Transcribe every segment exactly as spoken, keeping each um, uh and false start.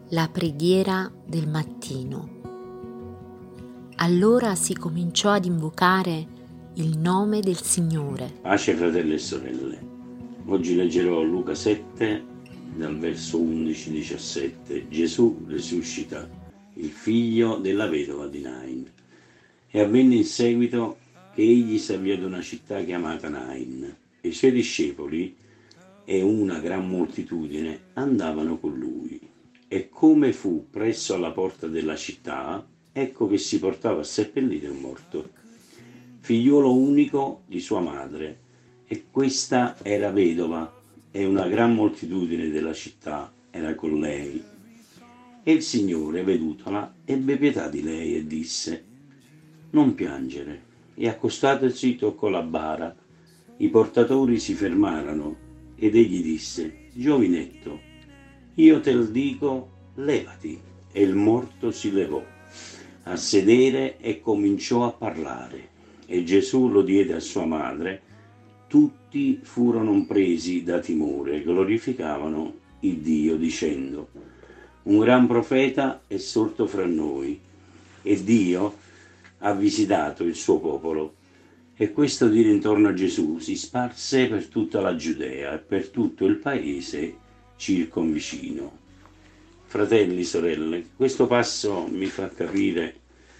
La preghiera del mattino. Allora si cominciò ad invocare il nome del Signore. Pace fratelli e sorelle. Oggi leggerò Luca sette, dal verso undici diciassette. Gesù risuscita, il figlio della vedova di Nain. E avvenne in seguito che egli si avviò ad una città chiamata Nain, e i suoi discepoli e una gran moltitudine andavano con lui. E come fu presso alla porta della città, ecco che si portava a seppellire un morto, figliuolo unico di sua madre, e questa era vedova, e una gran moltitudine della città era con lei. E il Signore, vedutola, ebbe pietà di lei e disse: non piangere. E accostatosi toccò la bara. I portatori si fermarono, ed egli disse: giovinetto, io te lo dico, levati. E il morto si levò a sedere e cominciò a parlare. E Gesù lo diede a sua madre. Tutti furono presi da timore e glorificavano il Dio, dicendo: un gran profeta è sorto fra noi, e Dio ha visitato il suo popolo. E questo dire intorno a Gesù si sparse per tutta la Giudea e per tutto il paese circonvicino. Fratelli, sorelle, questo passo mi fa capire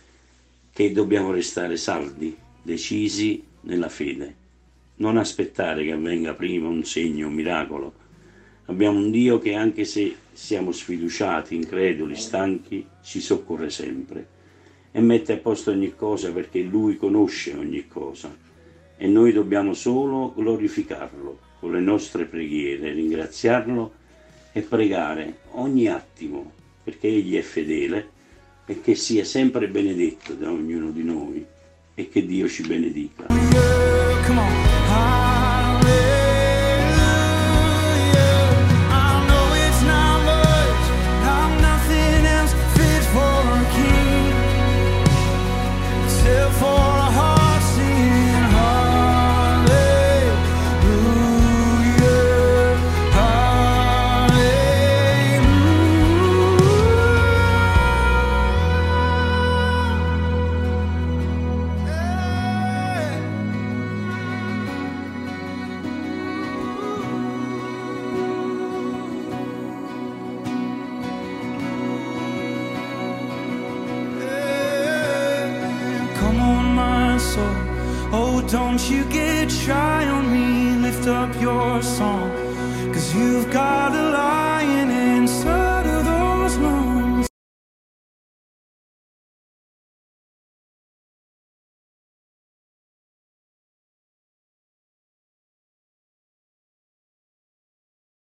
che dobbiamo restare saldi, decisi nella fede, non aspettare che avvenga prima un segno, un miracolo. Abbiamo un Dio che, anche se siamo sfiduciati, increduli, stanchi, ci soccorre sempre e mette a posto ogni cosa, perché Lui conosce ogni cosa, e noi dobbiamo solo glorificarlo con le nostre preghiere, ringraziarlo e pregare ogni attimo, perché Egli è fedele, e che sia sempre benedetto da ognuno di noi, e che Dio ci benedica. Come on. Oh, don't you get shy on me, lift up your song, 'cause you've got a lot